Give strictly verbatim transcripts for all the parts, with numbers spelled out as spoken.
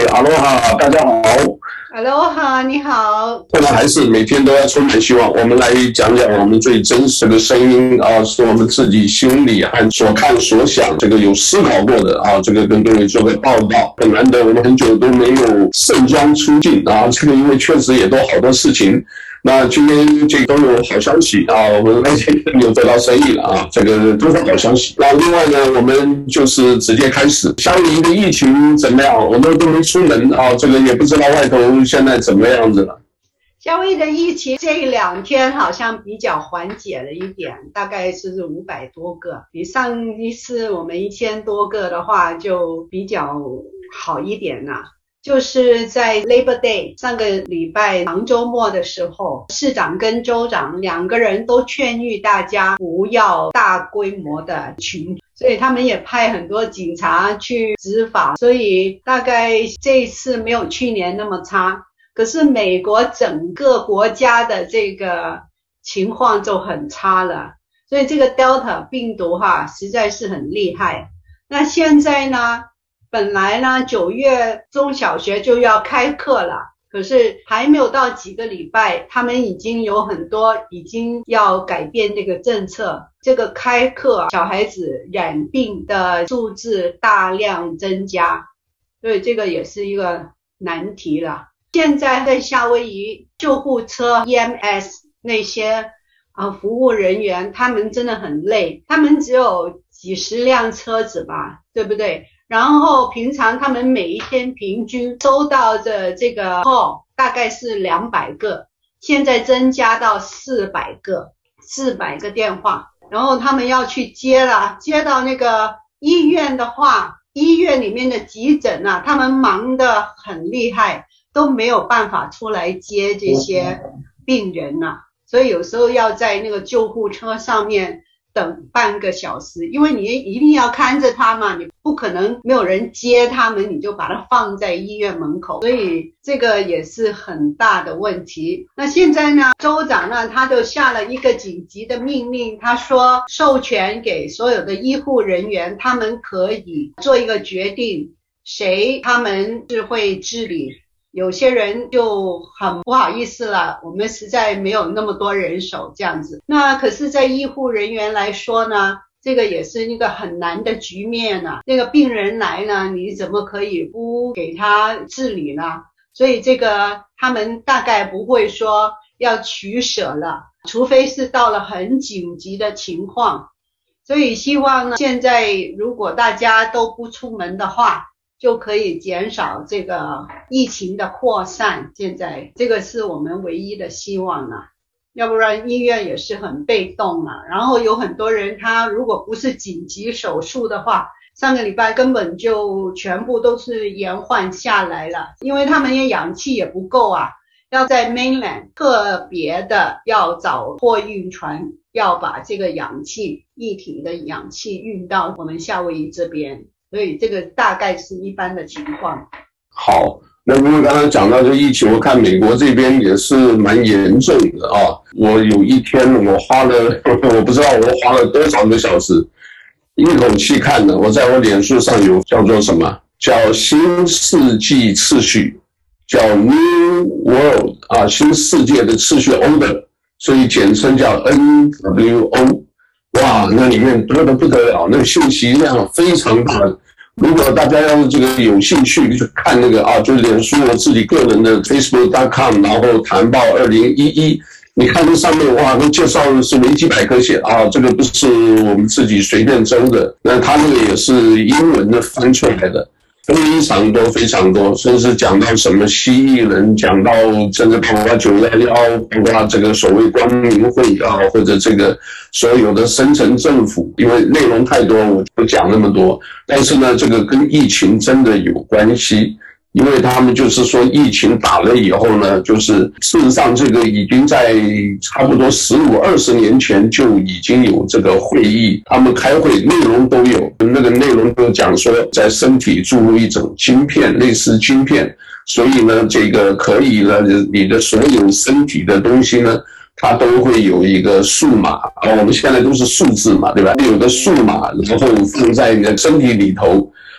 阿罗哈，大家好。 阿罗哈，你好。 当然还是每天都要充满希望。我们来讲讲我们最真实的声音啊，是我们自己心里和所看所想，这个有思考过的啊，这个跟各位做个报道。很难得，我们很久都没有盛装出镜啊，这个因为确实也都好多事情。那今天这都有好消息啊，我们而且有得到生意了啊，这个都是好消息。那另外呢，我们就是直接开始。夏威夷的疫情怎么样？我们都没出门啊，这个也不知道外头现在怎么样子了。 夏威夷的疫情这两天好像比较缓解了一点，大概是五百多个，比上一次我们一千多个的话就比较好一点了。就是在 Labor Day 上个礼拜长周末的时候，市长跟州长两个人都劝喻大家不要大规模的群，所以他们也派很多警察去执法，所以大概这一次没有去年那么差。可是美国整个国家的这个情况就很差了，所以这个 Delta 病毒哈实在是很厉害。那现在呢，本来呢九月中小学就要开课了，可是还没有到几个礼拜，他们已经有很多已经要改变这个政策。这个开课小孩子染病的数字大量增加，所以这个也是一个难题了。现在在夏威夷救护车 E M S 那些啊服务人员，他们真的很累，他们只有几十辆车子吧，对不对？然后平常他们每一天平均收到的这个 call 大概是两百个，现在增加到四百个四百个电话，然后他们要去接了，接到那个医院的话，医院里面的急诊啊，他们忙得很厉害，都没有办法出来接这些病人啊，所以有时候要在那个救护车上面等半个小时，因为你一定要看着他嘛，你不可能没有人接他们，你就把它放在医院门口，所以这个也是很大的问题。那现在呢，州长呢他就下了一个紧急的命令，他说授权给所有的医护人员，他们可以做一个决定，谁他们是会治理。有些人就很不好意思了，我们实在没有那么多人手这样子。那可是在医护人员来说呢，这个也是一个很难的局面呢。那个病人来呢，你怎么可以不给他治理呢？所以这个他们大概不会说要取舍了，除非是到了很紧急的情况。所以希望呢，现在如果大家都不出门的话，就可以减少这个疫情的扩散，现在这个是我们唯一的希望了，要不然医院也是很被动了。然后有很多人他如果不是紧急手术的话，上个礼拜根本就全部都是延缓下来了，因为他们的氧气也不够啊，要在 mainland 特别的要找货运船，要把这个氧气液体的氧气运到我们夏威夷这边，所以这个大概是一般的情况。 好，那因为刚才讲到这疫情，我看美国这边也是蛮严重的啊。我有一天我花了，我不知道我花了多少个小时，一口气看的。我在我脸书上有叫做什么，叫新世纪秩序，叫 New World 啊，新世界的秩序 Order， 所以简称叫 N W O。哇，那里面多得不得了，那个信息量非常大。如果大家要是这个有兴趣去看那个啊，就是脸书我自己个人的 facebook dot com， 然后谈报二零一一，你看这上面哇，都介绍的是维基百科写啊，这个不是我们自己随便诌的，那他那个也是英文的翻出来的。非常多非常多，甚至讲到什么蜥蜴人，讲到甚至包括九一一，包括这个所谓光明会啊，或者这个所有的深层政府，因为内容太多，我不讲那么多。但是呢，这个跟疫情真的有关系。因为他们就是说疫情打了以后呢，就是事实上这个已经在差不多十五二十年前就已经有这个会议，他们开会内容都有，那个内容都讲说在身体注入一种晶片，类似晶片，所以呢这个可以呢你的所有身体的东西呢它都会有一个数码，我们现在都是数字嘛，对吧？有个数码，然后放在你的身体里头。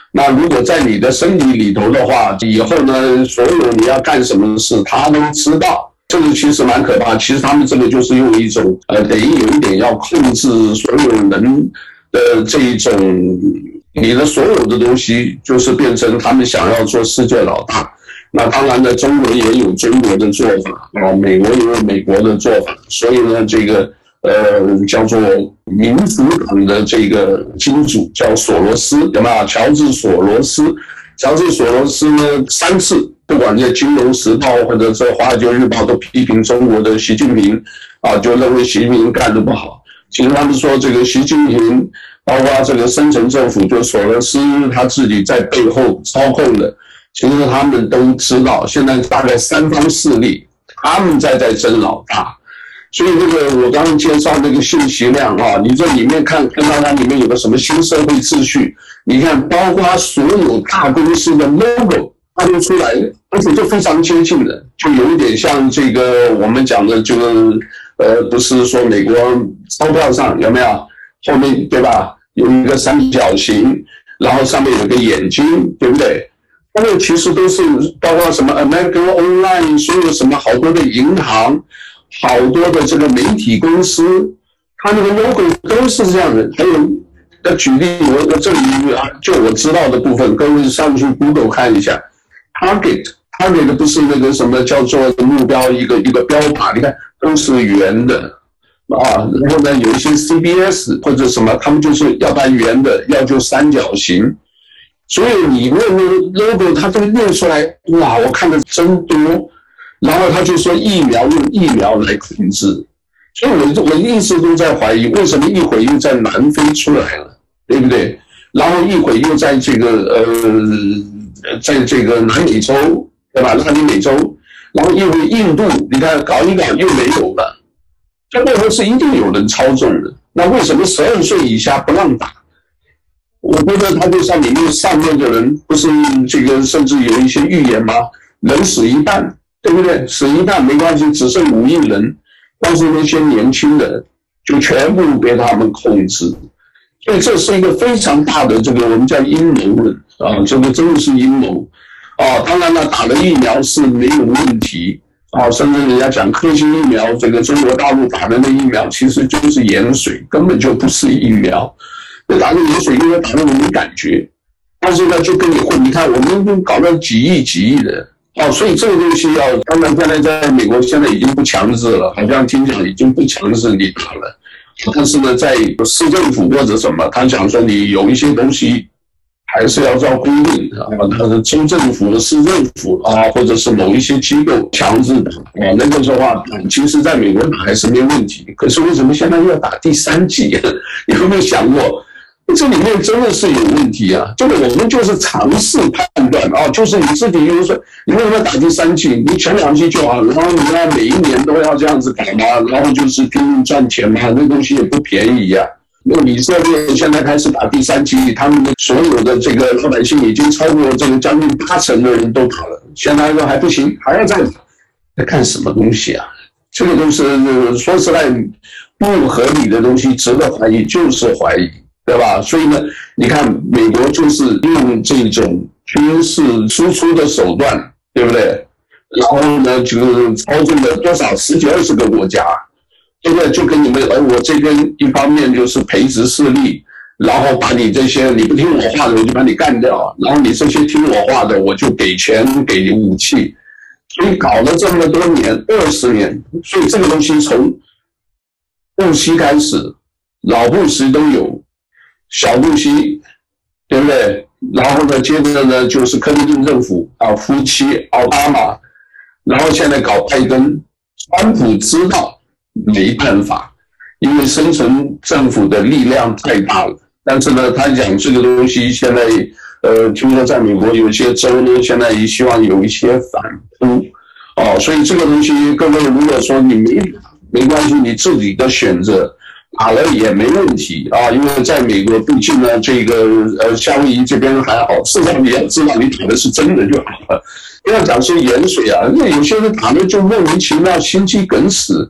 那如果在你的身体里头的话，以后呢，所有你要干什么事，他都知道。这个其实蛮可怕。其实他们这个就是用一种呃，等于有一点要控制所有人的这一种，你的所有的东西就是变成他们想要做世界老大。那当然呢，中国也有中国的做法啊，美国也有美国的做法。所以呢，这个呃叫做民主党的这个金主叫索罗斯，有没有？乔治索罗斯，乔治索罗斯呢三次。不管在《金融时报》或者是《华尔街日报》都批评中国的习近平，啊，就认为习近平干得不好。其实他们说这个习近平，包括这个深层政府，就索罗斯他自己在背后操控的，其实他们都知道。现在大概三方势力，他们在在争老大。所以这个我刚刚介绍那个信息量啊，你这里面看看到它里面有个什么新社会秩序，你看包括所有大公司的 logo。它就出来了，而且就非常接近的，就有一点像这个我们讲的，就是呃，不是说美国钞票上有没有后面对吧，有一个三角形，然后上面有个眼睛，对不对？那个其实都是包括什么 American Online， 所有什么好多的银行，好多的这个媒体公司，它那个 logo 都是这样的。还有，那举例我这里就我知道的部分，各位上去 Google 看一下。Target Target 不是那个什么叫做目标一个一个标靶，你看都是圆的啊，然后呢有一些 C B S 或者什么，他们就是要不然圆的，要就三角形，所以你那个 logo 它都念出来，哇，我看的真多，然后他就说疫苗用疫苗来控制，所以我我一直都在怀疑，为什么一会又在南非出来了，对不对？然后一会又在这个呃，在这个南美洲，对吧？拉丁美洲，然后因为印度，你看搞一搞又没有了，这背后是一定有人操纵的。那为什么十二岁以下不让打？我觉得他就像里面上面的人，不是这个甚至有一些预言吗？人死一半，对不对？死一半没关系，只剩五亿人，但是那些年轻人就全部被他们控制。所以这是一个非常大的这个我们叫阴谋论啊，这个真的是阴谋啊。当然了，打了疫苗是没有问题啊，甚至人家讲科兴疫苗，这个中国大陆打的那疫苗其实就是盐水，根本就不是疫苗。那打的盐水因为打的没感觉，但是呢就跟你混，你看我们都搞到几亿几亿的啊，所以这个东西要，当然现在在美国现在已经不强制了，好像听讲已经不强制你打了。但是呢，在市政府或者什么，他讲说你有一些东西还是要照规定啊，他是州政府、市政府啊，或者是某一些机构强制的啊，那个的话，其实在美国打还是没问题。可是为什么现在又要打第三剂？你有没有想过？这里面真的是有问题啊！这个我们就是尝试判断啊，就是你自己就是说，你为什么要打第三剂？你前两剂就好，然后你要每一年都要这样子搞嘛，然后就是拼命赚钱嘛，那东西也不便宜呀、啊。那个以色列现在开始打第三剂，他们的所有的这个老百姓已经超过这个将近八成的人都打了，现在说还不行，还要再打，在干什么东西啊？这个都是说实在不合理的东西，值得怀疑就是怀疑。对吧？所以呢，你看美国就是用这种军事输出的手段，对不对？然后呢，就是操纵了多少十几二十个国家，对不对？就跟你们，而我这边一方面就是培植势力，然后把你这些你不听我话的，我就把你干掉；然后你这些听我话的，我就给钱给你武器。所以搞了这么多年，二十年，所以这个东西从布希开始，老布什都有。小布希，对不对？然后呢，接着呢就是克林顿政府啊，夫妻奥巴马，然后现在搞拜登，川普知道没办法，因为深层政府的力量太大了。但是呢，他讲这个东西现在，呃，听说在美国有些州呢，现在也希望有一些反扑，哦，所以这个东西，各位如果说你没没关系，你自己的选择。打了也没问题啊，因为在美国，毕竟呢，这个呃夏威夷这边还好，至少你要知道你打的是真的就好了。不要讲说盐水啊，那有些人打的就莫名其妙心肌梗死，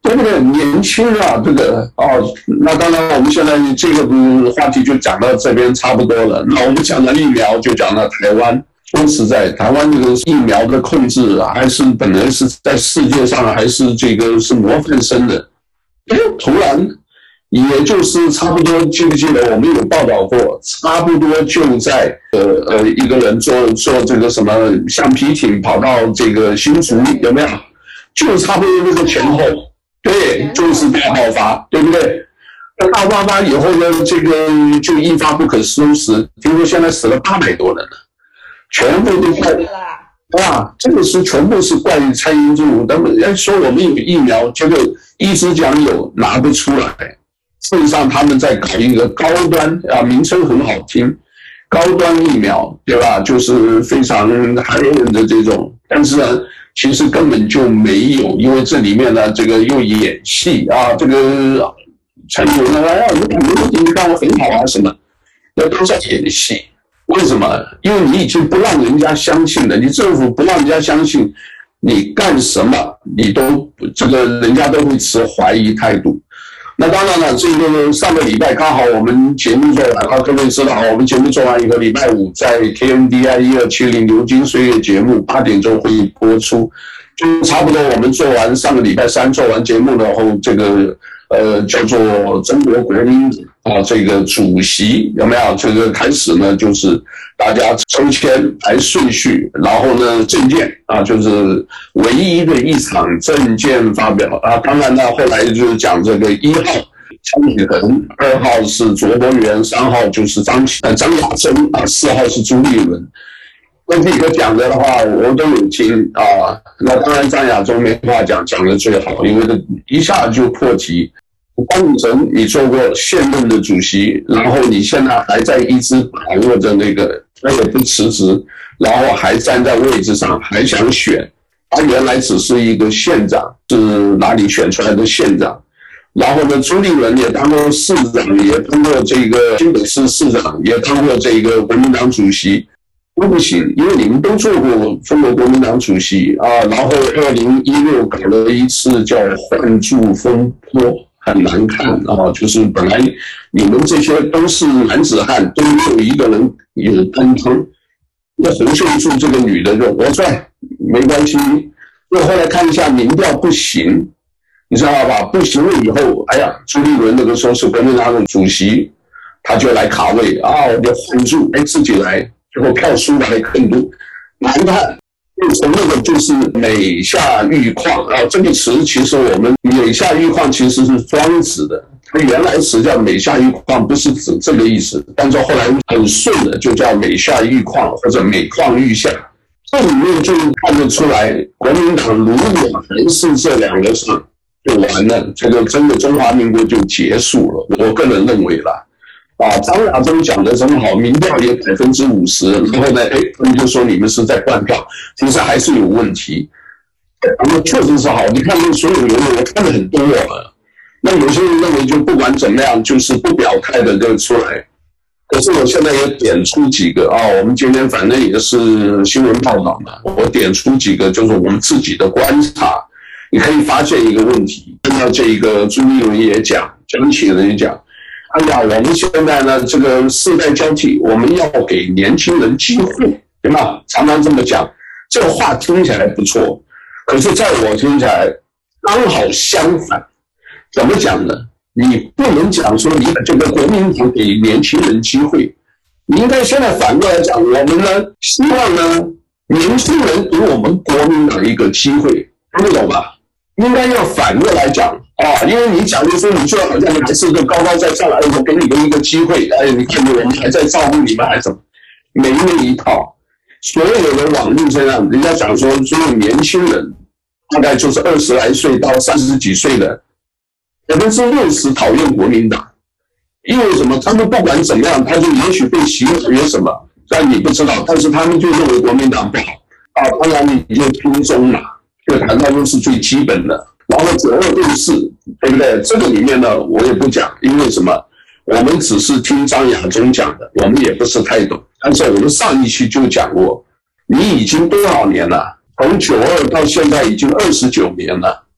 对不对？年轻啊，这个哦，那当然，我们现在这个话题就讲到这边差不多了。那我们讲到疫苗，就讲到台湾。说实在，台湾这个疫苗的控制啊，还是本来是在世界上还是这个是模范生的。哎，突然，也就是差不多，记不记得我们有报道过？差不多就在呃呃一个人坐坐这个什么橡皮艇跑到这个新竹，有没有？就差不多那个前后。对，就是大爆发，对不对？大爆发以后呢，这个就一发不可收拾。听说现在死了八百多人了，全部都怪啊，这个是全部是怪蔡英文。他们要说我们有疫苗，结果一直讲有，拿不出来。事实上，他们在搞一个高端啊，名称很好听，高端疫苗，对吧？就是非常韩人的这种，但是呢。其实根本就没有，因为这里面呢，这个又演戏啊，这个蔡英文呢，哎呀，你看你看我很好啊，什么，那都在演戏。为什么？因为你已经不让人家相信了，你政府不让人家相信，你干什么，你都这个人家都会持怀疑态度。那当然了，这个上个礼拜刚好我们节目做完，啊，各位知道，我们节目做完以后，礼拜五在 K M D I 一二七零流金岁月节目八点钟会播出，就差不多我们做完上个礼拜三做完节目然后这个呃叫做中国国民啊这个主席有没有？这个开始呢就是大家抽签排顺序，然后呢政见啊就是唯一的一场政见发表啊，当然呢后来就是讲这个一号张启恒，二号是卓伯源，三号就是张呃张亚中啊，四号是朱立伦。那这个讲的话，我都有听啊。那当然张亚中没话讲，讲的最好，因为这一下就破题。江启臣，你做过现任的主席，然后你现在还在一直把握着那个，他也不辞职，然后还站在位置上，还想选。他原来只是一个县长，是哪里选出来的县长？然后呢，朱立伦也当过市长，也当过这个新北市市长，也当过这个国民党主席。都不行，因为你们都做过中国国民党主席啊，然后二零一六搞了一次叫换柱风波，很难看啊，就是本来你们这些都是男子汉，都没有一个人有担当。那洪秀柱这个女的就我在没关系，那后来看一下民调不行，你知道吧？不行了以后，哎呀，朱立伦那个时候是国民党的主席，他就来卡位啊，我就换柱，哎，自己来。结果票输的还更多，难看。从那个就是美下玉矿啊，这个词其实我们美下玉矿其实是庄子的，它原来词叫美下玉矿，不是指这个意思，但是后来很顺的就叫美下玉矿或者美矿玉下。这里面就看得出来，国民党如果还是这两个上就完了，这个真的中华民国就结束了。我个人认为啦。啊，张亚中讲的真好，民调也百分之五十，然后呢，哎，他们就说你们是在灌票，其实还是有问题。那确实是好，你看那所有留言，我看了很多了。那有些人认为就不管怎么样，就是不表态的就出来。可是我现在也点出几个啊，我们今天反正也是新闻报道嘛，我点出几个就是我们自己的观察，你可以发现一个问题。看到这个朱立伦也讲，江启臣也讲。哎呀，我们现在呢，这个世代交替，我们要给年轻人机会，对吧？常常这么讲，这个话听起来不错，可是在我听起来刚好相反。怎么讲呢？你不能讲说你这个国民党给年轻人机会，你应该现在反过来讲，我们呢希望呢年轻人给我们国民党一个机会，听得懂吧？应该要反过来讲。啊，因为你讲的说，你就好像还是个高高在上来，我给你们一个机会，哎，你看我们还在照顾你们，还怎么？没那一套。所有的网络这样，人家讲说，所有年轻人，大概就是二十来岁到三十几岁的，百分之六十讨厌国民党，因为什么？他们不管怎么样，他就也许被洗脑于什么，但你不知道，但是他们就认为国民党不好啊。当然你就听中嘛，这个谈到都是最基本的。然后九二共识，对不对？这个里面呢，我也不讲，因为什么？我们只是听张亚中讲的，我们也不是太懂。但是我们上一期就讲过，你已经多少年了？从九二到现在已经二十九年了，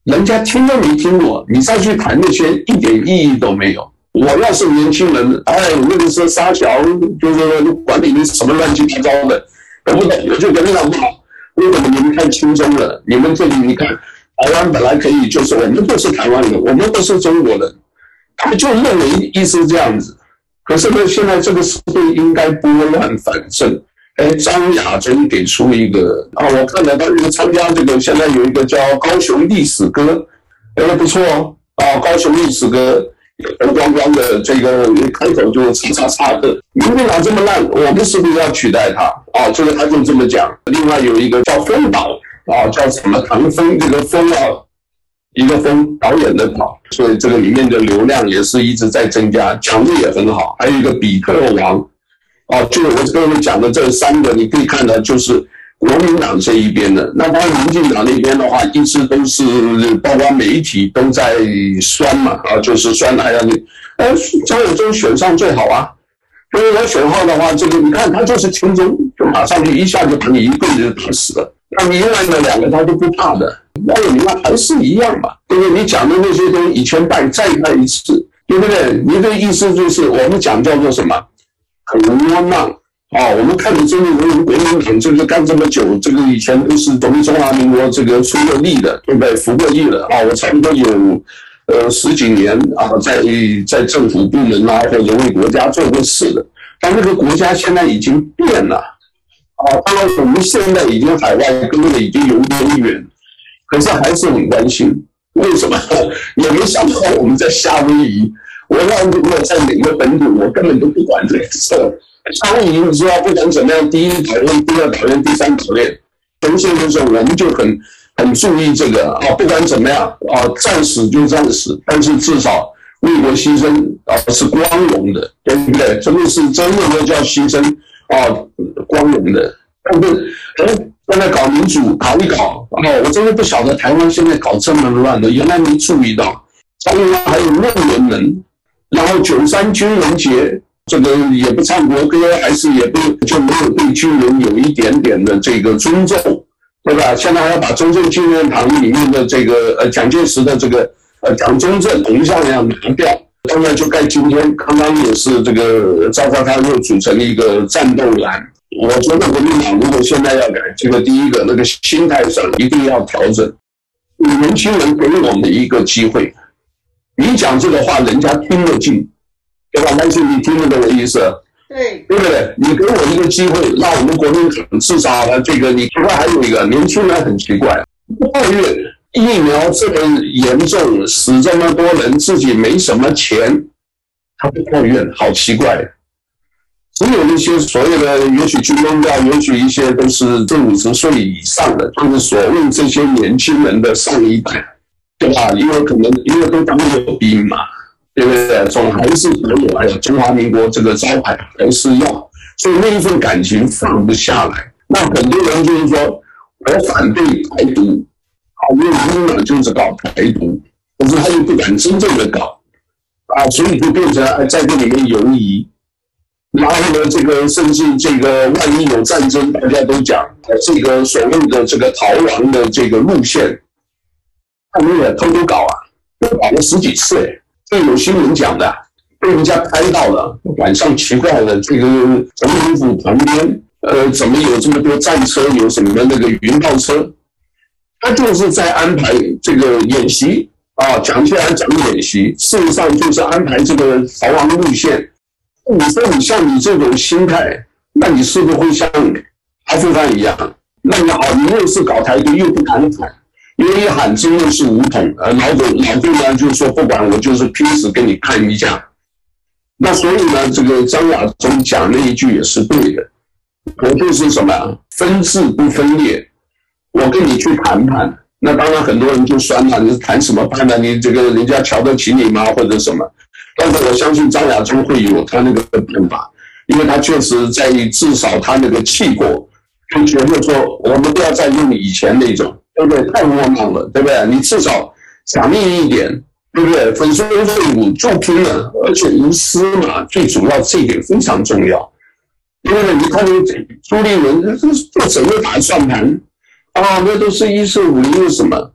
人家听都没听过，你再去谈那些一点意义都没有。我要是年轻人，哎，那个是沙条，就是管你们什么乱七八糟的，懂不懂？我就跟他讲不好，为什么你们太轻松了？你们这里你看，台湾本来可以，就是我们都是台湾人，我们都是中国人，他们就认为意思这样子。可是呢，现在这个社会应该拨乱反正。哎，张亚中给出一个啊，我看了他这个参加这个，现在有一个叫高雄历史歌，哎，不错哦，啊，高雄历史歌。红光光的这个开头就叉叉叉的，民进党这么烂，我们是不是要取代他啊？这个他就这么讲。另外有一个叫风导啊，叫什么唐风，这个风啊，一个风导演的导，所以这个里面的流量也是一直在增加，讲的也很好。还有一个比特王啊，就我刚才讲的这三个，你可以看到就是国民党这一边的，那当然民进党那边的话，一直都是包括媒体都在酸嘛，啊，就是酸哎呀你，哎，张亚中选上最好啊，所以他选后的话，这个你看他就是轻松，就马上就一下就把你一棍子就打死了。那你另外的两个他都不怕的，那你看还是一样嘛，对不对？你讲的那些东西以前败再败一次，对不对？你的意思就是我们讲叫做什么？很窝囊。啊，我们看你中国人国民党这个干这么久，这个以前都是我们中华民国这个出过力的，对不对？服过役的啊，我差不多有呃十几年啊，在在政府部门啊或者为国家做过事的，但这个国家现在已经变了啊，当然我们现在已经海外跟这个已经有点远，可是还是很关心，为什么？也没想到我们在夏威夷，我要如果在哪个本土，我根本都不管这个事儿。夏威夷你知道，不管怎么样，第一讨厌，第二讨厌，第三讨厌，呈现的时候我们就很很注意这个啊，不管怎么样啊，战死就战死，但是至少为国牺牲啊是光荣的，对不对？真的是真的都叫牺牲啊，光荣的。但是哎，现在搞民主搞一搞啊，我真的不晓得台湾现在搞这么乱的，原来没注意到，台湾还有论文人，然后九三军人节。这个也不唱国歌，还是也不就没有对军人有一点点的这个尊重，对吧？现在还要把中正纪念堂里面的这个呃蒋介石的这个呃蒋中正铜像要拿掉，当然就盖今天刚刚也是这个赵少康又组成一个战斗蓝。我觉得国民党如果现在要改，这个第一个那个心态上一定要调整，年轻人给我们一个机会，你讲这个话人家听得进。对吧？但是你听得懂我的意思？ 对， 对不对？你给我一个机会，让我们国民党至少这个，你另外还有一个年轻人很奇怪，抱怨疫苗这么严重，死这么多人，自己没什么钱，他不抱怨，好奇怪。只有一些所谓的，也许军工调，也许一些都是这五十岁以上的，就是所谓这些年轻人的上一代，对吧？因为可能因为都当过兵嘛。对不对？总还是没有，还有中华民国这个招牌还是要，所以那一份感情放不下来。那很多人就是说，我反对台独，好，因为民进党就是搞台独，可是他又不敢真正的搞，啊，所以就变成在这里面游移。然后呢，这个甚至这个万一有战争，大家都讲，这个所谓的这个逃亡的这个路线，他们也偷偷搞啊，都搞了十几次哎。这有新闻讲的，被人家拍到了。晚上奇怪了，这个总统府旁边，呃，怎么有这么多战车？有什么那个云炮车？他就是在安排这个演习啊，讲起来讲演习，事实上就是安排这个逃亡路线。你说你像你这种心态，那你是不是会像阿富汗一样？那你好，你又是搞台独，又不敢喊。因为一喊真的是武统，呃，老总老杜呢就是说不管我就是拼死跟你看一架。那所以呢，这个张亚中讲那一句也是对的，我就是什么分治不分裂，我跟你去谈判。那当然很多人就酸了，你谈什么判呢？你这个人家瞧得起你吗？或者什么？但是我相信张亚中会有他那个办法，因为他确实在至少他那个气过，就觉得说我们不要再用以前那种。对不对？太窝囊了，对不对？你至少强硬一点，对不对？粉碎废物就拼了，而且无私嘛，最主要这一点非常重要。因为你看朱立伦，这这整个打算盘啊，那都是一四五零什么？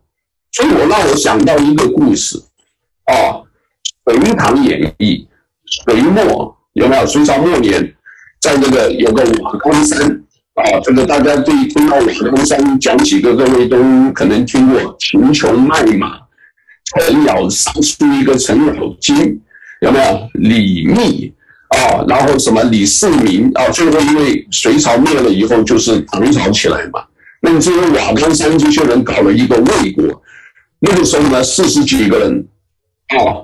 所以我让我想到一个故事啊，《隋唐演义》，隋末有没有？隋朝末年，在那个有个瓦岗山啊，这个大家对听到瓦岗山讲几个，各位都可能听过秦琼卖马，程咬杀出一个程咬金，有没有？李密啊，然后什么李世民啊，最后因为隋朝灭了以后，就是唐朝起来嘛。那么这个瓦岗山这些人搞了一个魏国，那个时候呢，四十几个人啊，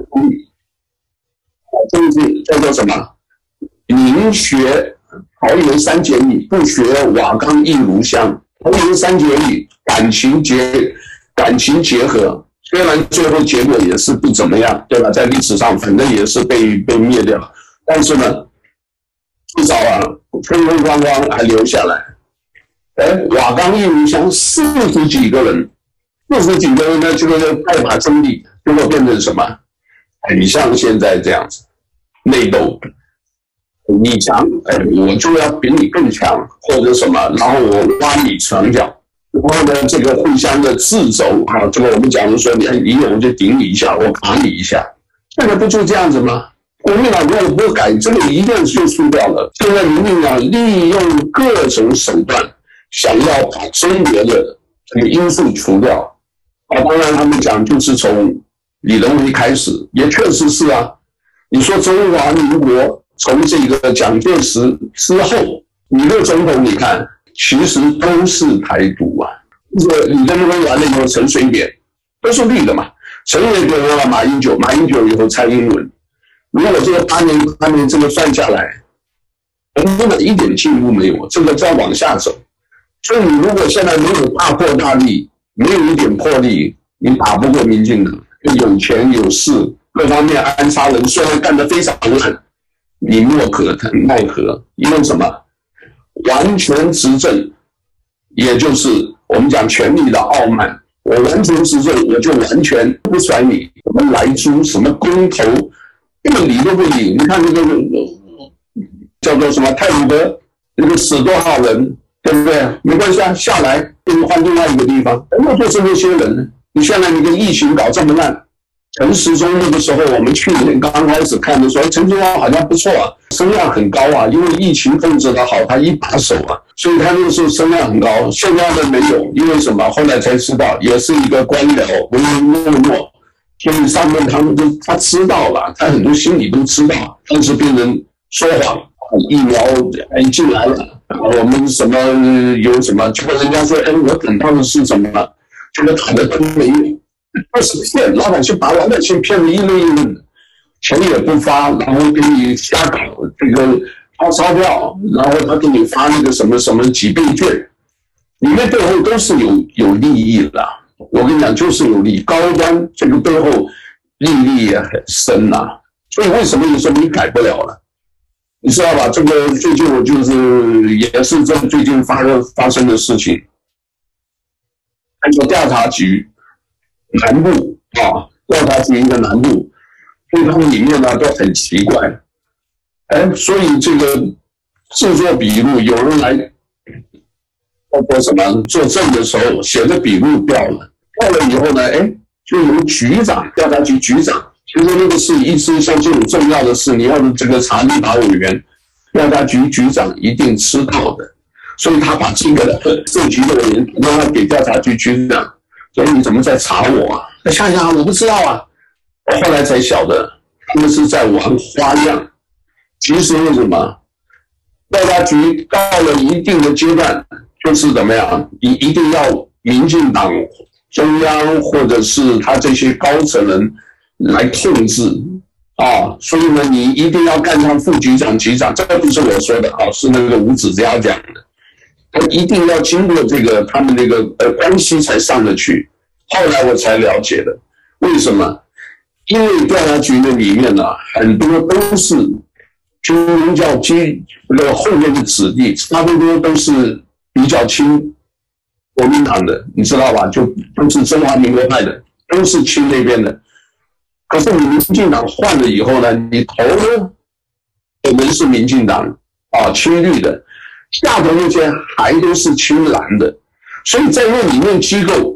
这个是叫做什么？宁学桃园三结义，不学瓦岗一炉香。桃园三结义，感情结感情结合。虽然最后结果也是不怎么样，对吧？在历史上反正也是被被灭掉，但是呢，至少啊，风风光光还留下来。哎，瓦岗一炉香四十几个人，四十几个人呢，这个带把争利，结果变成什么？很像现在这样子，内斗。你强，哎，我就要比你更强，或者什么，然后我挖你墙角。然后呢，这个互相的自走啊，这个我们假如说你你有我就顶你一下，我打你一下，现在不就这样子吗？国民党如果不改，这个一定就输掉了。现在民进党利用各种手段，想要把中国的这个因素除掉啊。当然，他们讲就是从李登辉开始，也确实是啊。你说中华民国从这个蒋介石之后，几个总统，你看。其实都是台独啊！这个李登辉完了以后，陈水扁都是绿的嘛。陈水扁完了马英九，马英九以后蔡英文。如果这个八年八年这个算下来，根本一点进步没有，这个再往下走。所以你如果现在没有大破大立，没有一点魄力，你打不过民进党。有钱有势，各方面安插人，虽然干得非常烂，你莫可奈何。因为什么？完全执政，也就是我们讲权力的傲慢。我完全执政，我就完全不甩你什么莱猪、什么公投，根本理都不理。你看那个叫做什么太鲁阁，那个死多少人，对不对？没关系啊，下来给你换另外一个地方。那就是那些人。你现在你个疫情搞这么烂。陈时中那个时候，我们去年刚开始看的时候，陈时中好像不错啊，声量很高啊，因为疫情控制得好，他一把手啊，所以他那个时候声量很高。现在呢没有，因为什么？后来才知道，也是一个官僚唯唯诺诺，所以上面他们都他知道了，他很多心里都知道，但是变成说谎，疫苗哎进来了，我们什么有什么，结果人家说，哎，我等到的是什么？这个谈的都没有。二是骗老百姓，把老百姓骗得一愣一愣的，钱也不发，然后给你瞎搞这个发钞票，然后他给你发那个什么什么几倍券，里面背后都是有有利益的。我跟你讲，就是有利，高端这个背后利益也很深呐、啊。所以为什么有时候你改不了了？你知道吧？这个最近我就是也是这最近发发生的事情，按照调查局。南部啊，调查局一个南部，所以他们里面呢都很奇怪，哎，所以这个制作笔录，有人来包括什么作证的时候，写的笔录掉了，掉了以后呢，哎，就由局长，调查局局长，其实那个是一直像这种重要的事，你要这个查立法委员，调查局局长一定知道的，所以他把这个这局的人让他给调查局局长。所以你怎么在查我啊？那想想我不知道啊，我后来才晓得他们是在玩花样。其实为什么？调查局到了一定的阶段，就是怎么样？你一定要民进党中央或者是他这些高层人来控制啊，所以呢，你一定要干上副局长、局长，这个不是我说的啊，是那个吴子嘉讲的。他一定要经过这个他们那个呃关系才上得去。后来我才了解的，为什么？因为调查局的里面呢、啊，很多都是军人教基那个后面的子弟，差不多都是比较亲国民党的，你知道吧？就都是中华民国派的，都是亲那边的。可是你民进党换了以后呢，你投呢，可能是民进党啊亲绿的。下头那些还都是亲蓝的，所以在那里面机构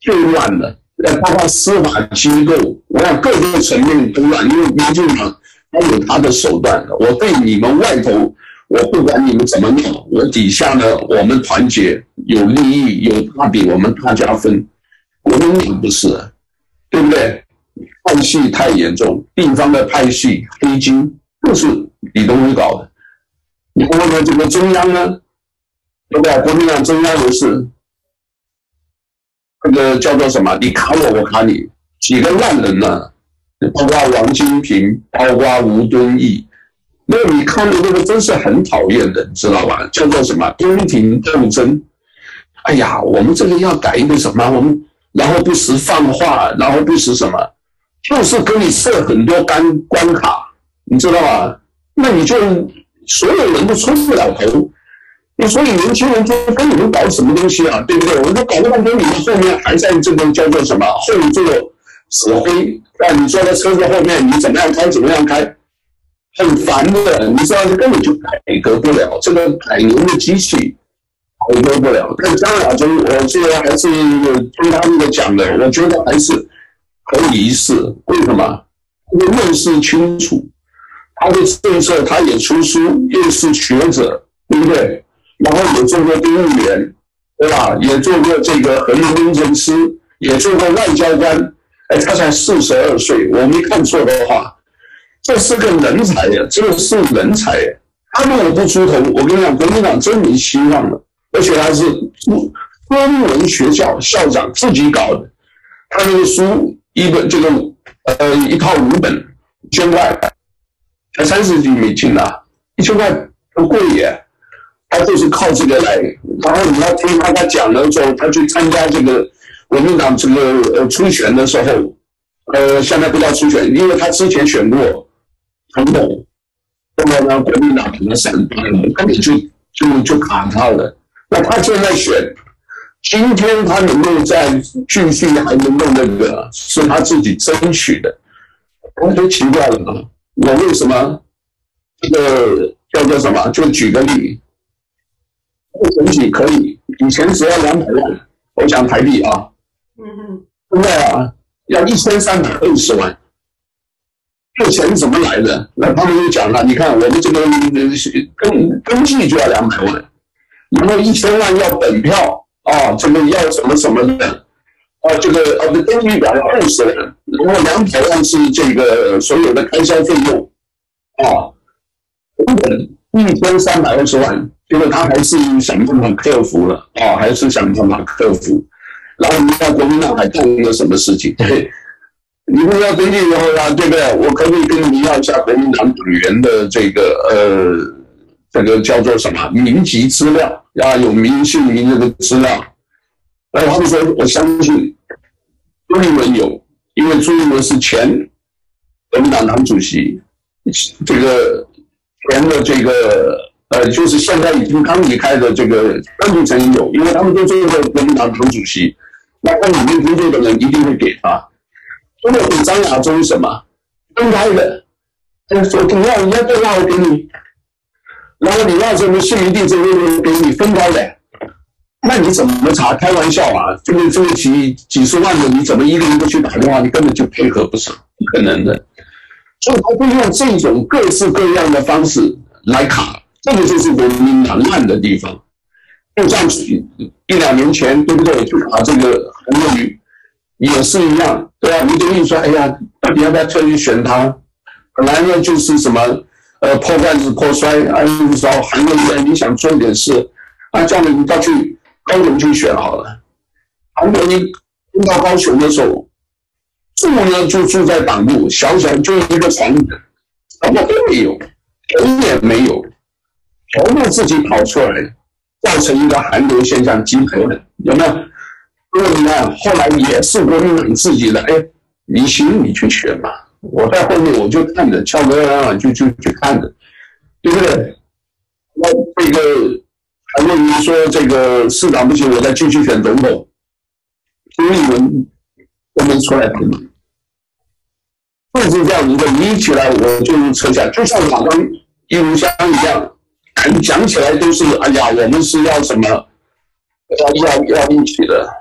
最乱的，呃，包括司法机构，我想各个层面都乱，因为民进党他有他的手段的。我对你们外头，我不管你们怎么弄，我底下呢，我们团结，有利益，有大饼，我们大家分。国民党不是，对不对？派系太严重，地方的派系黑金就是李登辉搞的。然后呢，这个中央呢，对不对？国民党中央也是，那个叫做什么？你卡我，我卡你，几个烂人呢、啊？包括王金平，包括吴敦义，那你看的那个真是很讨厌的，你知道吧？叫做什么？宫廷斗争。哎呀，我们这个要改一个什么？我们然后不时放话，然后不时什么？就是给你设很多关关卡，你知道吧？那你就所有人都出不了头，那所以年轻人就跟你们搞什么东西啊，对不对？我们搞了半天，你们后面还在这个叫做什么后座指挥？啊，你坐在车子后面，你怎么样开怎么样开，很烦的，你知道，这根本就改革不了，这个改革的机器改革不了。但张亚中，我现在还是听他们的讲的，我觉得还是可以一试。为什么？因为认识清楚，他的政策他也出书，又是学者，对不对？然后也做过公务员，对吧？也做过这个核能工程师，也做过外交官。哎，他才四十二岁，我没看错的话，这是个人才呀，这个是人才呀。他如果不出头，我跟你讲，国民党真没希望了。而且他是中文学校校长自己搞的，他那个书一本这个呃一套五本，一千块，才三十几美金啊，一千块不贵耶。他就是靠这个来，然后你要听他他讲的时候，他去参加这个国民党这个呃初选的时候，呃现在不叫初选，因为他之前选过总统，那么呢国民党可能闪断了，根本就就就卡他了。那他现在选，今天他能够再继续还能够那个，是他自己争取的。我就奇怪了嘛，我为什么这个叫做什么？就举个例。整体可以，以前只要两百万，我讲台币啊，嗯嗯，现在啊要一千三百二十万，这钱怎么来的？那他们就讲了，你看我们这个登登记就要两百万，然后一千万要本票啊，这个要什么什么的啊，这个啊登记表要二十万，然后两百万是这个所有的开销费用啊，根本一千三百二十万。结果他还是想办法克服了啊，还是想办法克服。然后你看国民党还干了什么事情？对，你不要登记以后啊，对不对？我可不可以跟你要一下国民党党员的这个呃，这个叫做什么民籍资料啊？有民姓名这个资料。然后他们说，我相信朱立伦有，因为朱立伦是前国民党党主席，这个前的这个。呃，就是现在已经刚离开的这个张俊成有，因为他们都做过国民党党主席，那他里面工作的人一定会给他。如果给张亚中什么分开的，说你要人家电话我给你，然后你要什么姓名地址我给你分开的，那你怎么查？开玩笑啊！这个这个几几十万的，你怎么一个一个去打电话？你根本就配合不上，不可能的。所以他会用这种各式各样的方式来卡。这个就是国民党烂的地方，就像一两年前，对不对？就把这个韩国瑜也是一样，对吧？你就一说，哎呀，到底要不要特意选他？本来呢就是什么，呃，破罐子破摔，啊，你说韩国瑜你想做点事，啊，这样你到去高雄去选好了。韩国瑜到高雄的时候，住呢就住在党部，小小就一个房子，什么都没有，人也没有。全部自己跑出来，造成一个韩流现象，集合的有没有？因为你看，后来也是国民党自己的，哎，你行你去选嘛，我在后面我就看着，翘个二就就去看着，对不对？那这个韩国瑜说这个市长不行，我再继续选总统，朱立伦都没出来评论，就是这样一个，你一起来我就撤下，就像马刚一如香一样。讲起来都是，哎呀，我们是要什么，要要要一起的，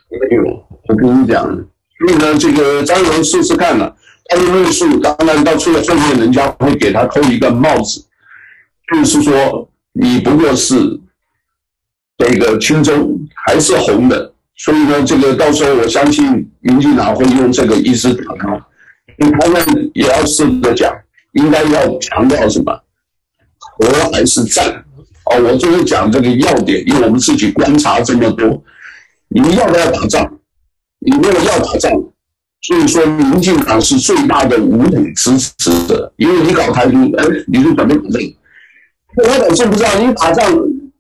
没有，我跟你讲，所以呢，这个张荣试试看了，他的论述，当然到出了后面，人家会给他扣一个帽子，就是说你不过是这个青州还是红的，所以呢，这个到时候我相信民进党会用这个意思打他，他们也要试着讲，应该要强调什么，和还是战。哦，我就是讲这个要点，因为我们自己观察这么多，你们要不要打仗？你如果要打仗，所以说民进党是最大的武统支持者，因为你搞台独，哎，你就准备打仗。老百姓不知道，你打仗，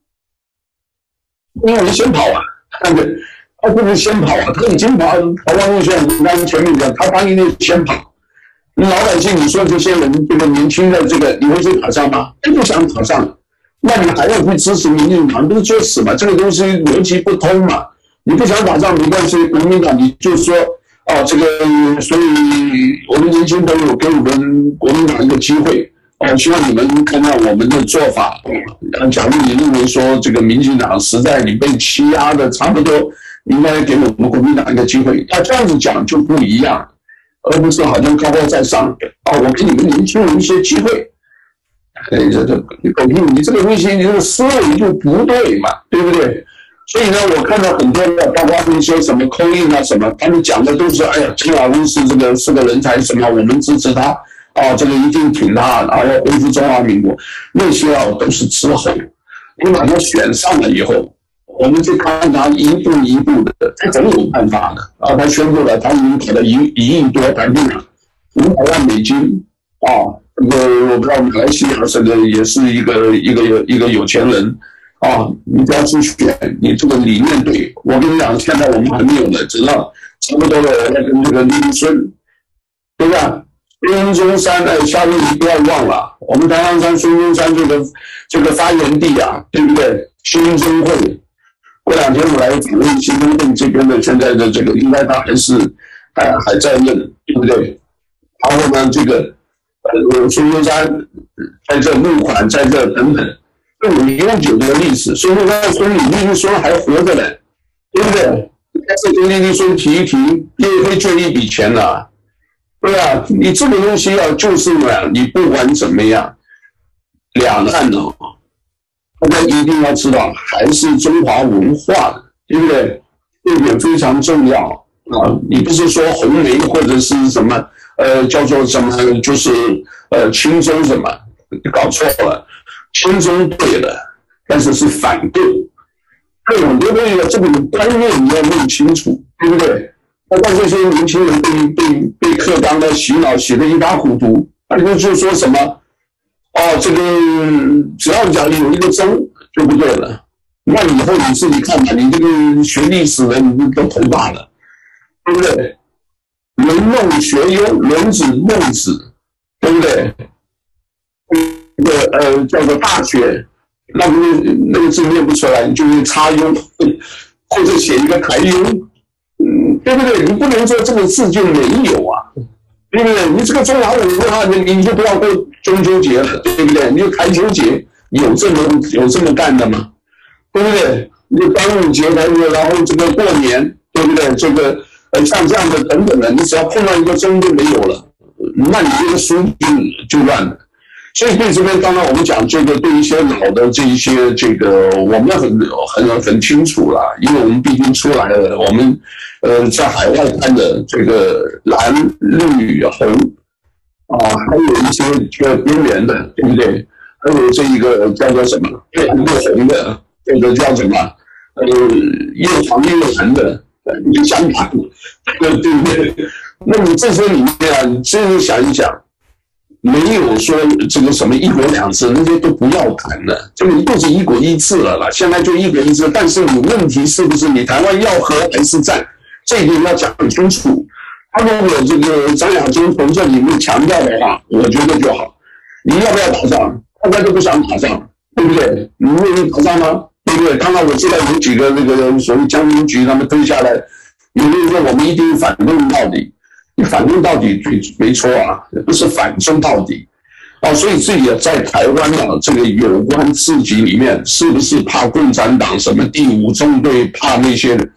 因为你先跑啊，对不对？他不是先跑啊，他已经跑跑完路线，我刚才前面讲，他当然先跑。老百姓，你说这些人，这个年轻的这个，你会去打仗吗？他不想打仗。那你还要去支持民进党，不是作死吗？这个东西逻辑不通嘛。你不想打仗没关系，国民党你就说哦，这个，所以我们年轻朋友给我们国民党一个机会哦，希望你们看看我们的做法。假如你认为说这个民进党实在你被欺压的差不多，应该给我们国民党一个机会。他这样子讲就不一样，而不是好像高高在上哦，我给你们年轻人一些机会。哎，这这你狗屁！你这个东西，你这个思维就不对嘛，对不对？所以呢，我看到很多的，包括那些什么扣印啊什么，他们讲的都是，哎呀，金老师是这个是个人才，什么我们支持他，啊，这个一定挺他，啊，要恢复中华民国，那些啊都是之后，你把他选上了以后，我们就看他一步一步的，他总有办法的。啊，他宣布了，他已经给了一一亿多台币了，五百万美金，啊。这个我不知道，马来西亚这个也是一个一个有一个有钱人啊，你不要去选，你这个理念对。我跟你讲，现在我们还没有呢，知道差不多的，要跟这个立孙，对吧？孙中山的下面你不要忘了，我们台湾山孙中山这个这个发源地啊，对不对？兴中会，过两天我来访问兴中会这边的现在的这个，应该他还是还还在任，对不对？然后呢，这个。呃，孙中山在这募款，在这等等，都有悠久的历史。孙中山孙李立孙还活着呢，对不对？这跟李立孙提一提，也会捐一笔钱的，对吧？你这个东西啊，就是呢，你不管怎么样，两岸呢，大家一定要知道，还是中华文化的，对不对？这点非常重要啊！你不是说红梅或者是什么？呃，叫做什么？就是呃，亲中什么？搞错了，亲中对了，但是是反共。对很多东西的这个观念你要弄清楚，对不对？那到这些年轻人被被被课纲的洗脑洗得一塌糊涂，那你就说什么？哦，这个只要讲有一个中就不对了。那以后你自己看吧，你这个学历史的你都头大了，对不对？文孟学优，轮子孟子，对不对？那个呃叫做大学，那个那个字念不出来，你就用插优，或者写一个台优，嗯，对不对？你不能说这个字就没有啊，对不对？你这个中华文化，你你就不要过中秋节了，对不对？你就台秋节有这么有这么干的吗？对不对？你端午节来个，然后这个过年，对不对？这个。呃，像这样的等等的，你只要碰到一个中就没有了，那你这个书就就乱了。所以对这边，刚刚我们讲这个，对一些老的这一些这个，我们很很很清楚了，因为我们毕竟出来了，我们呃在海外看的这个蓝绿红啊，还有一些这个边缘的，对不对？还有这一个叫做什么蓝又红的，或者叫什么呃又黄又蓝的。你想法，对对不对？那你这些里面啊，你真的想一想，没有说这个什么一国两制，那些都不要谈了，这个就是一国一制了啦。现在就一国一制，但是你问题是不是你台湾要和还是战？这一点要讲清楚。他如果这个张亚中从这里面强调的话，我觉得就好。你要不要打仗？大家都不想打仗，对不对？你愿意打仗吗？对不对？刚刚我知道有几个那个所谓将军局他们推下来，有人说我们一定反动到底，你反动到底没错啊，不是反中到底啊。所以自己在台湾啊，这个有关自己里面是不是怕共产党什么第五纵队，怕那些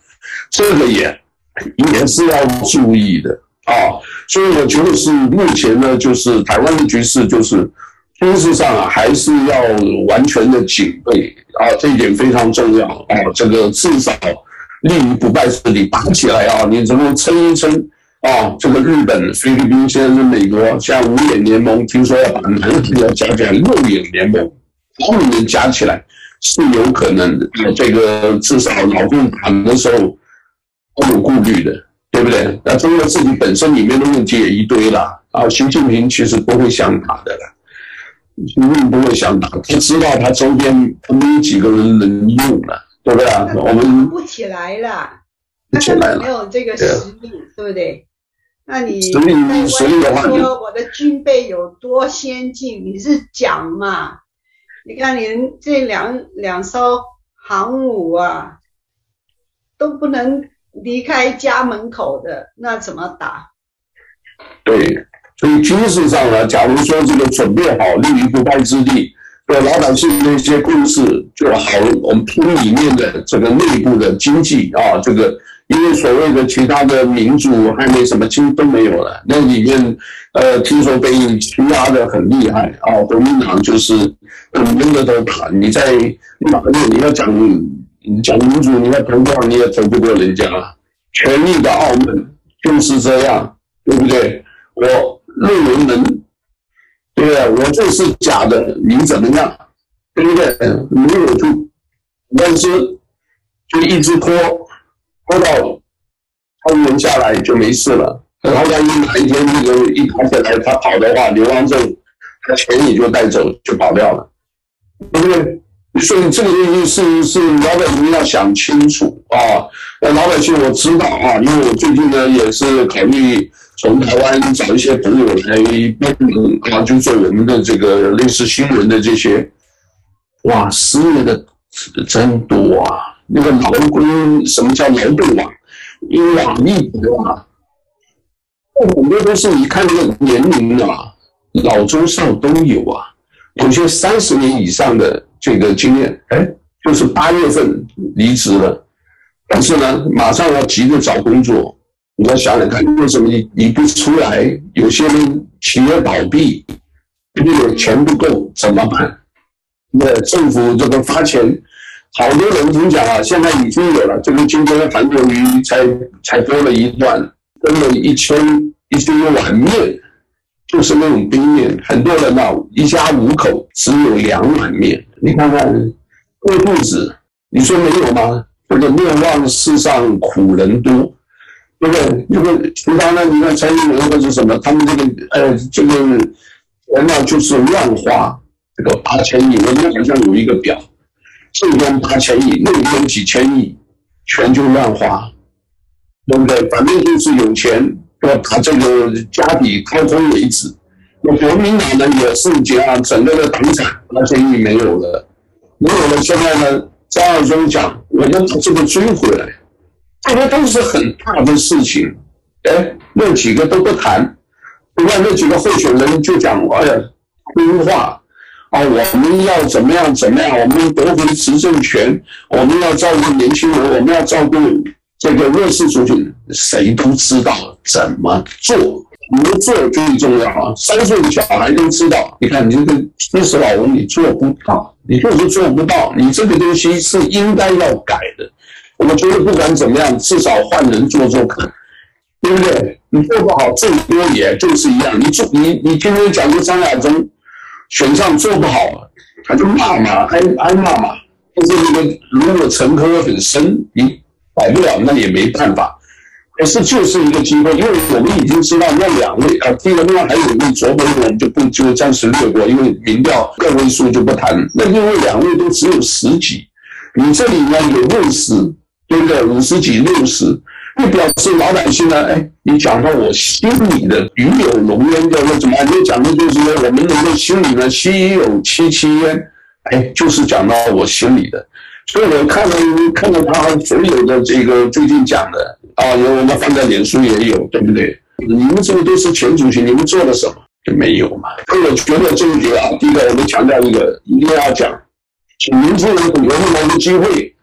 这个也也是要注意的啊。所以我觉得是目前呢，就是台湾的局势就是军事上啊，还是要完全的警备啊，这一点非常重要啊。这个至少立于不败之地，打起来啊，你怎么撑一撑啊？这个日本、菲律宾，现在是美国，像五眼联盟，听说要把南韩要加起来，六眼联盟，他们能加起来是有可能的。这个至少老共打的时候都有顾虑的，对不对？那中国自己本身里面的问题也一堆啦啊，习近平其实不会想打的啦。习近平不会想打，他知道他周边他没有几个人能用了，对不对啊？我们不起来了， 不起来了， 没有这个实力，对不对？那你实力实力的话， 说我的军备有多先进，你是讲嘛？你看你这两两艘航母啊，都不能离开家门口的，那怎么打？ 对。所以军事上呢，假如说这个准备好，立于不败之地，对老百姓的一些故事就好，我们拼里面的这个内部的经济啊，这个因为所谓的其他的民主还没什么，其实都没有了。那里面呃，听说被欺压的很厉害啊，国民党就是很多的都打，你在哪里你要讲你讲民主，你要投票你也投不过人家，权力的傲慢就是这样，对不对？我论文能，对不对？我这是假的，你怎么样？对不对？没有就，但是就一直拖，拖到他人下来就没事了。然后万一哪一天那个一打起来他跑的话，流亡证他钱也就带走就跑掉了，对不对？所以这个东西是是老百姓要想清楚啊。那老百姓我知道啊，因为我最近呢也是考虑从台湾找一些朋友来帮忙啊，就做我们的这个类似新闻的这些，哇，失业的真多啊！那个劳工，什么叫劳动网？网易博啊，很多都是你看那个年龄啊，老中少都有啊，有些三十年以上的这个经验，哎，就是八月份离职了，但是呢，马上要急着找工作。你要想想看，为什么你你不出来？有些人企业倒闭，对不对？钱不够怎么办？那政府这个发钱，好多人听讲啊，现在已经有了。这个今天韩国瑜才才播了一段，分了一千一千碗面，就是那种冰面。很多人啊，一家五口只有两碗面，你看看饿肚子，你说没有吗？这个面望世上苦人多。对不对？这个其他呢？你看蔡英文或者什么，他们这个呃，这个人呢就是乱花，这个八千亿，我们好像有一个表，这边八千亿，那边几千亿，全就乱花，对不对？反正就是有钱，要把这个家底掏空为止。那国民党呢也是这样，整个的党产八千亿没有了，没有了。现在呢，张亚中讲，我要把这个追回来。这些都是很大的事情，哎，那几个都不谈，另外那几个候选人就讲，哎呀，规划啊，我们要怎么样怎么样，我们夺回执政权，我们要照顾年轻人，我们要照顾这个弱势族群，谁都知道怎么做，怎么做最重要啊！三岁的小孩都知道，你看你这个七十老人你做不到，你就是做不到，你这个东西是应该要改的。我觉得不管怎么样，至少换人做做看，对不对？你做不好，最多也就是一样。你做你你今天讲的张亚中选上做不好，他就骂嘛，挨挨骂嘛。但是那个如果沉疴很深，你改不了，那也没办法。可是就是一个机会，因为我们已经知道那两位啊，第一个另外还有一位卓伟，我们就不就暂时略过，因为民调个位数就不谈。那另外两位都只有十几，你这里呢有六十。对不对？五十几、六十，就表示老百姓呢，哎，你讲到我心里的与有浓烟叫做什么？你讲的就是说，我们人的心里呢，心有戚戚焉，哎，就是讲到我心里的。所以我看了看了他所有的这个最近讲的啊，有我们放在脸书也有，对不对？你们这个都是前主席，你们做了什么？就没有嘛。所以我觉得这一点啊，第一个我们强调一个，一定要讲，请年轻人有未来的机会。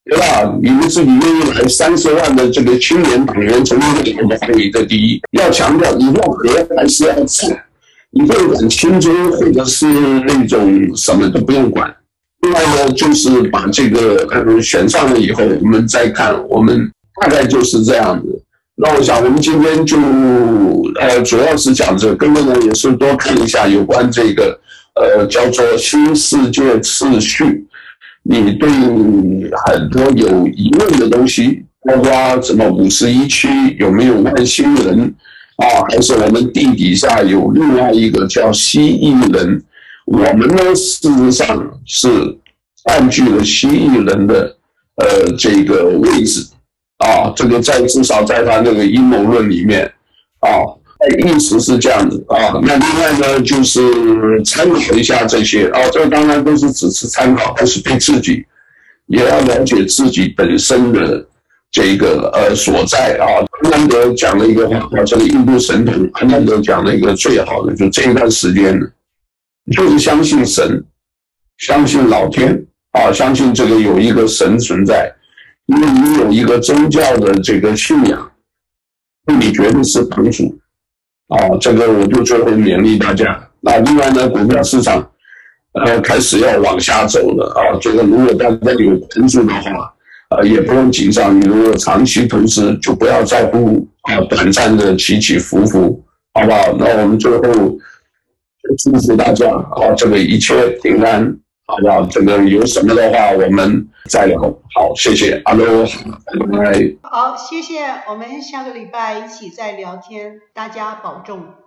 对吧？你们自己愿意来三十万的这个青年党员成为两个会议的第一，要强调你要和还是要战，你不用管亲中或者是那种什么都不用管。另外呢，就是把这个呃选上了以后，我们再看，我们大概就是这样子。那我想我们今天就呃主要是讲这个，各位呢也是多看一下有关这个呃叫做新世界秩序。你对很多有疑问的东西，包括什么五十一区有没有外星人啊，还是我们地底下有另外一个叫蜥蜴人？我们呢事实上是占据了蜥蜴人的呃这个位置啊，这个在至少在他那个阴谋论里面啊。意思是这样子啊，那另外呢，就是参考一下这些啊，这当然都是只是参考，但是对自己也要了解自己本身的这个呃所在啊。安南德讲了一个话，这个印度神童安南德讲了一个最好的，就这一段时间就是相信神，相信老天啊，相信这个有一个神存在，因为你有一个宗教的这个信仰，你绝对是帮助。啊，这个我就最后勉励大家。那另外呢，股票市场呃开始要往下走了啊。这个如果大家有关注的话，呃也不用紧张。你如果长期投资，就不要在乎啊短暂的起起伏伏，好不好？那我们最后祝福大家啊，这个一切平安，好不好？这个有什么的话，我们再聊。好，谢谢，哈喽，拜拜。 好，谢谢，我们下个礼拜一起再聊天，大家保重。